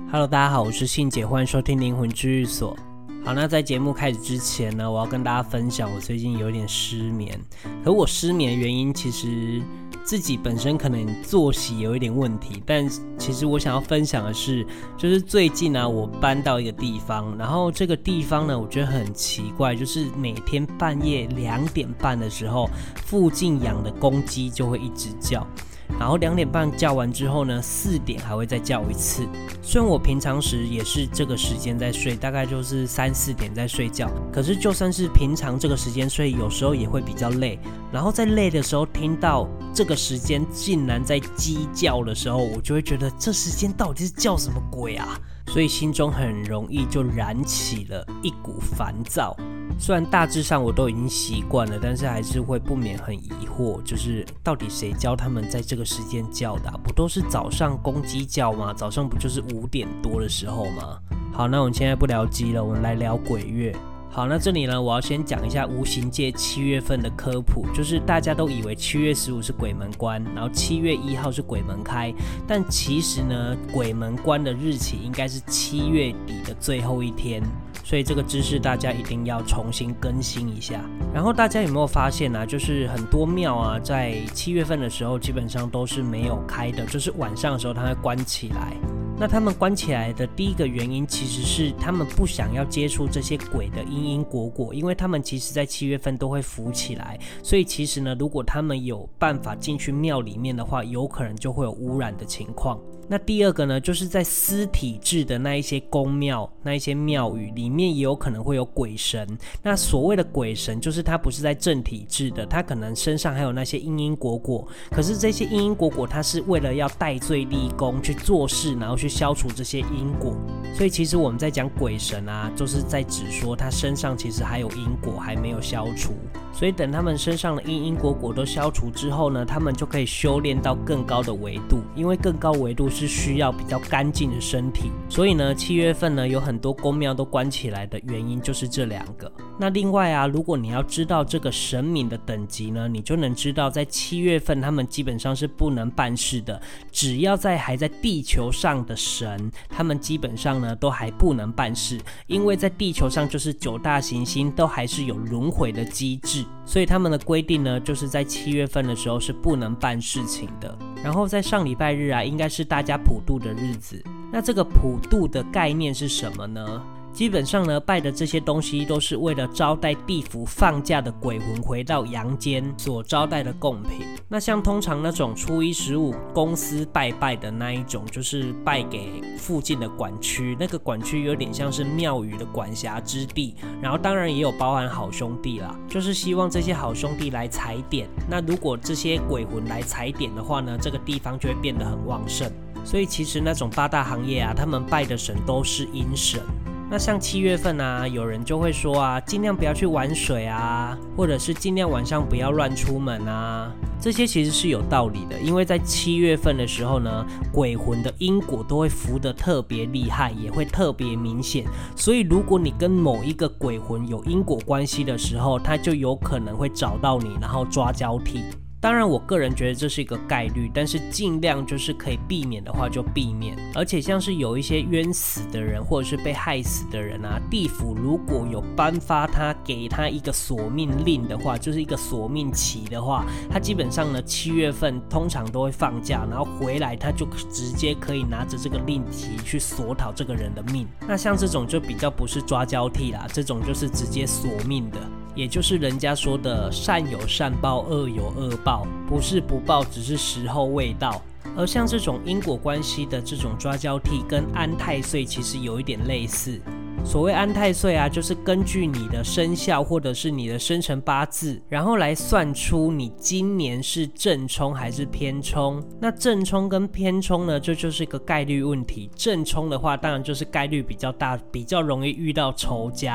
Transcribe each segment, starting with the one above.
Hello， 大家好，我是信姐，欢迎收听灵魂治愈所。好，那在节目开始之前呢，我要跟大家分享，我最近有点失眠。可我失眠的原因，其实自己本身可能作息有一点问题，但其实我想要分享的是，就是最近啊，我搬到一个地方，然后这个地方呢，我觉得很奇怪，就是每天半夜2点半的时候，附近养的公鸡就会一直叫。然后2点半叫完之后呢，4点还会再叫一次。虽然我平常时也是这个时间在睡，大概就是3、4点在睡觉，可是就算是平常这个时间睡，有时候也会比较累。然后在累的时候听到这个时间竟然在鸡叫的时候，我就会觉得这时间到底是叫什么鬼啊？所以心中很容易就燃起了一股烦躁。虽然大致上我都已经习惯了，但是还是会不免很疑惑，就是到底谁教他们在这个时间叫的啊？不都是早上公鸡叫吗？早上不就是5点多的时候吗？好，那我们现在不聊鸡了，我们来聊鬼月。好，那这里呢，我要先讲一下无形界7月份的科普，就是大家都以为7月15是鬼门关，然后7月1号是鬼门开，但其实呢，鬼门关的日期应该是7月底的最后一天，所以这个知识大家一定要重新更新一下。然后大家有没有发现啊，就是很多庙啊，在7月份的时候基本上都是没有开的，就是晚上的时候它会关起来。那他们关起来的第一个原因，其实是他们不想要接触这些鬼的因因果果，因为他们其实在7月份都会浮起来，所以其实呢，如果他们有办法进去庙里面的话，有可能就会有污染的情况。那第二个呢，就是在私体制的那一些宫庙、那一些庙宇里面，也有可能会有鬼神。那所谓的鬼神，就是他不是在正体制的，他可能身上还有那些因因果果。可是这些因因果果，他是为了要戴罪立功去做事，然后去消除这些因果。所以其实我们在讲鬼神啊，就是在指说他身上其实还有因果还没有消除。所以等他们身上的因因果果都消除之后呢，他们就可以修炼到更高的维度，因为更高维度是需要比较干净的身体。所以呢，7月份呢有很多宫庙都关起来的原因就是这2个。那另外啊，如果你要知道这个神明的等级呢，你就能知道在7月份他们基本上是不能办事的，只要还在地球上的神，他们基本上呢都还不能办事，因为在地球上就是9大行星都还是有轮回的机制，所以他们的规定呢，就是在7月份的时候是不能办事情的。然后在上礼拜日啊，应该是大家普渡的日子。那这个普渡的概念是什么呢？基本上呢，拜的这些东西都是为了招待地府放假的鬼魂回到阳间所招待的贡品。那像通常那种初一15公司拜的那一种，就是拜给附近的管区，那个管区有点像是庙宇的管辖之地，然后当然也有包含好兄弟啦，就是希望这些好兄弟来踩点。那如果这些鬼魂来踩点的话呢，这个地方就会变得很旺盛。所以其实那种8大行业啊，他们拜的神都是阴神。那像7月份啊，有人就会说啊，尽量不要去玩水啊，或者是尽量晚上不要乱出门啊，这些其实是有道理的，因为在7月份的时候呢，鬼魂的因果都会浮得特别厉害，也会特别明显，所以如果你跟某一个鬼魂有因果关系的时候，他就有可能会找到你，然后抓交替。当然我个人觉得这是一个概率，但是尽量就是可以避免的话就避免。而且像是有一些冤死的人或者是被害死的人啊，地府如果有颁发给他一个索命令的话，就是一个索命期的话，他基本上呢7月份通常都会放假，然后回来他就直接可以拿着这个令旗去索讨这个人的命。那像这种就比较不是抓交替啦，这种就是直接索命的，也就是人家说的善有善报，恶有恶报，不是不报，只是时候未到。而像这种因果关系的这种抓交替，跟安太岁其实有一点类似。所谓安太岁啊，就是根据你的生肖或者是你的生辰八字，然后来算出你今年是正冲还是偏冲。那正冲跟偏冲呢，这就是一个概率问题。正冲的话，当然就是概率比较大，比较容易遇到仇家。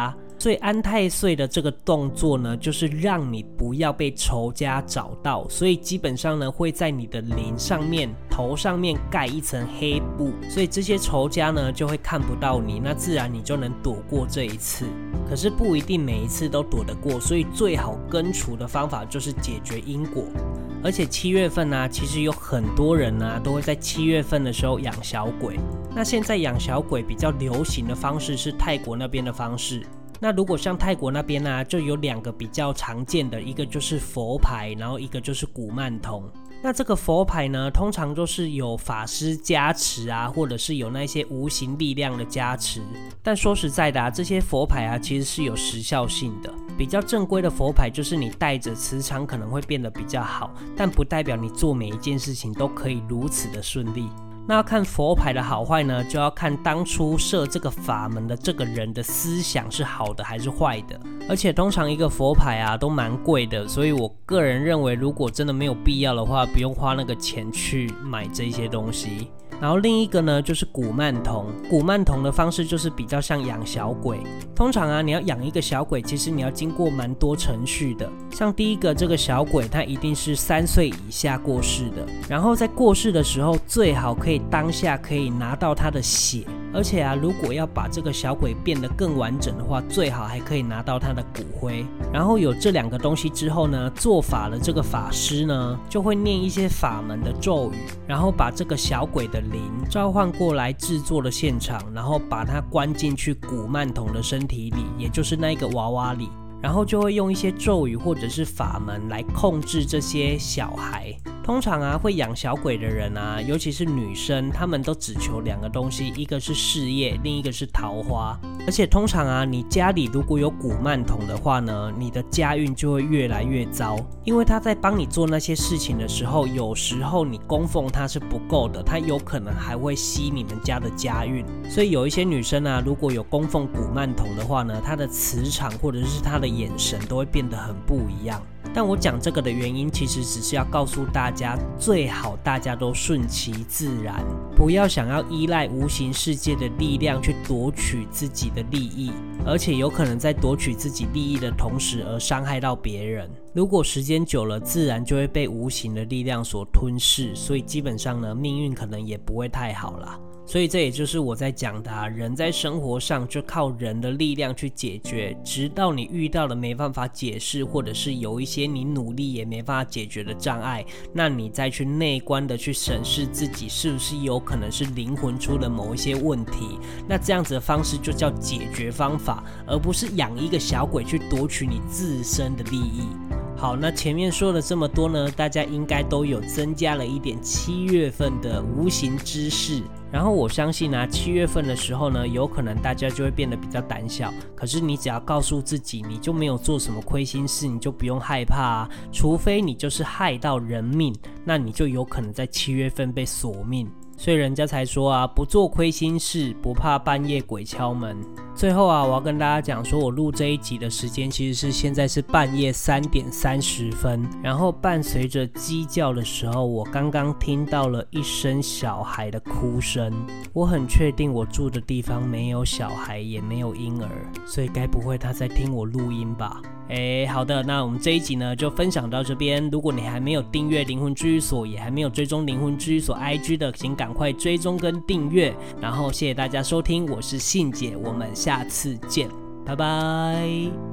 所以安太岁的这个动作呢，就是让你不要被仇家找到，所以基本上呢会在你的脸上面、头上面盖一层黑布，所以这些仇家呢就会看不到你，那自然你就能躲过这一次。可是不一定每一次都躲得过，所以最好根除的方法就是解决因果。而且7月份啊，其实有很多人啊都会在7月份的时候养小鬼。那现在养小鬼比较流行的方式是泰国那边的方式。那如果像泰国那边啊，就有2个比较常见的，一个就是佛牌，然后一个就是古曼童。那这个佛牌呢，通常都是有法师加持啊，或者是有那些无形力量的加持。但说实在的啊，这些佛牌啊，其实是有时效性的。比较正规的佛牌就是你带着磁场可能会变得比较好，但不代表你做每一件事情都可以如此的顺利。那要看佛牌的好坏呢，就要看当初设这个法门的这个人的思想是好的还是坏的。而且通常一个佛牌啊都蛮贵的，所以我个人认为，如果真的没有必要的话，不用花那个钱去买这些东西。然后另一个呢就是古曼童，古曼童的方式就是比较像养小鬼。通常啊，你要养一个小鬼，其实你要经过蛮多程序的。像第一个这个小鬼，他一定是3岁以下过世的，然后在过世的时候，最好可以当下可以拿到他的血。而且啊，如果要把这个小鬼变得更完整的话，最好还可以拿到他的骨灰。然后有这2个东西之后呢，做法的这个法师呢，就会念一些法门的咒语，然后把这个小鬼的灵召唤过来制作的现场，然后把它关进去古曼童的身体里，也就是那个娃娃里。然后就会用一些咒语或者是法门来控制这些小孩。通常啊，会养小鬼的人啊，尤其是女生，她们都只求2个东西，一个是事业，另一个是桃花。而且通常啊，你家里如果有古曼童的话呢，你的家运就会越来越糟，因为他在帮你做那些事情的时候，有时候你供奉他是不够的，他有可能还会吸你们家的家运。所以有一些女生啊，如果有供奉古曼童的话呢，她的磁场或者是她的眼神都会变得很不一样。但我讲这个的原因，其实只是要告诉大家，最好大家都顺其自然，不要想要依赖无形世界的力量去夺取自己的利益，而且有可能在夺取自己利益的同时而伤害到别人。如果时间久了，自然就会被无形的力量所吞噬，所以基本上呢，命运可能也不会太好啦。所以这也就是我在讲的啊，人在生活上就靠人的力量去解决，直到你遇到了没办法解释，或者是有一些你努力也没办法解决的障碍，那你再去内观的去审视自己是不是有可能是灵魂出了某一些问题，那这样子的方式就叫解决方法，而不是养一个小鬼去夺取你自身的利益。好，那前面说了这么多呢，大家应该都有增加了一点7月份的无形知识。然后我相信啊，7月份的时候呢，有可能大家就会变得比较胆小。可是你只要告诉自己，你就没有做什么亏心事，你就不用害怕啊。除非你就是害到人命，那你就有可能在7月份被索命。所以人家才说啊，不做亏心事，不怕半夜鬼敲门。最后啊，我要跟大家讲说，我录这一集的时间其实是现在是半夜3点30分，然后伴随着鸡叫的时候，我刚刚听到了一声小孩的哭声。我很确定我住的地方没有小孩，也没有婴儿，所以该不会他在听我录音吧？好的，那我们这一集呢就分享到这边。如果你还没有订阅灵魂治愈所，也还没有追踪灵魂治愈所 IG 的，请赶快追踪跟订阅。然后谢谢大家收听，我是信姐，我们下次见，拜拜。